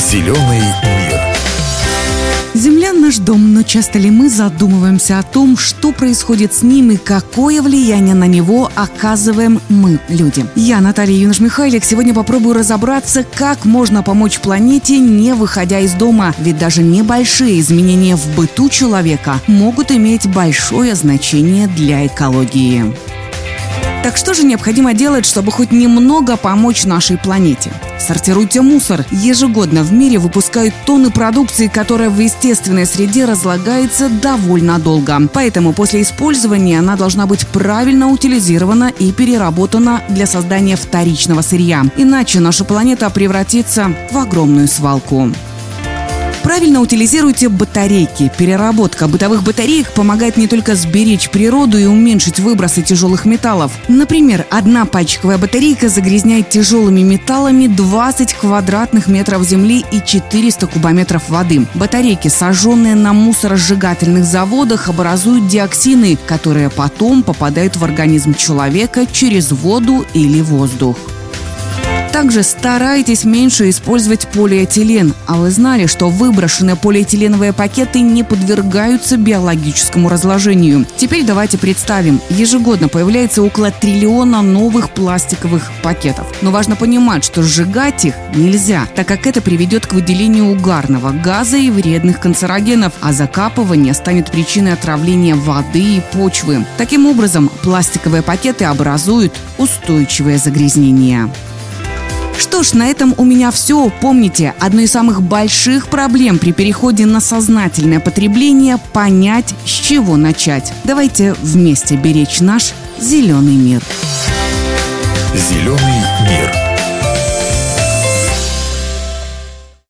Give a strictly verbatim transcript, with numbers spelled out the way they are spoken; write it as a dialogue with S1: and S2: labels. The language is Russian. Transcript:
S1: Зеленый мир.
S2: Земля – наш дом, но часто ли мы задумываемся о том, что происходит с ним и какое влияние на него оказываем мы, люди? Я, Наталья Юнош-Михайлик, сегодня попробую разобраться, как можно помочь планете, не выходя из дома. Ведь даже небольшие изменения в быту человека могут иметь большое значение для экологии. Так что же необходимо делать, чтобы хоть немного помочь нашей планете? Сортируйте мусор. Ежегодно в мире выпускают тонны продукции, которая в естественной среде разлагается довольно долго. Поэтому после использования она должна быть правильно утилизирована и переработана для создания вторичного сырья. Иначе наша планета превратится в огромную свалку. Правильно утилизируйте батарейки. Переработка бытовых батареек помогает не только сберечь природу и уменьшить выбросы тяжелых металлов. Например, одна пальчиковая батарейка загрязняет тяжелыми металлами двадцать квадратных метров земли и четыреста кубометров воды. Батарейки, сожженные на мусоросжигательных заводах, образуют диоксины, которые потом попадают в организм человека через воду или воздух. Также старайтесь меньше использовать полиэтилен. А вы знали, что выброшенные полиэтиленовые пакеты не подвергаются биологическому разложению? Теперь давайте представим, ежегодно появляется около триллиона новых пластиковых пакетов. Но важно понимать, что сжигать их нельзя, так как это приведет к выделению угарного газа и вредных канцерогенов, а закапывание станет причиной отравления воды и почвы. Таким образом, пластиковые пакеты образуют устойчивое загрязнение. Что ж, на этом у меня все. Помните, одной из самых больших проблем при переходе на сознательное потребление – понять, с чего начать. Давайте вместе беречь наш зеленый мир.
S1: Зеленый мир.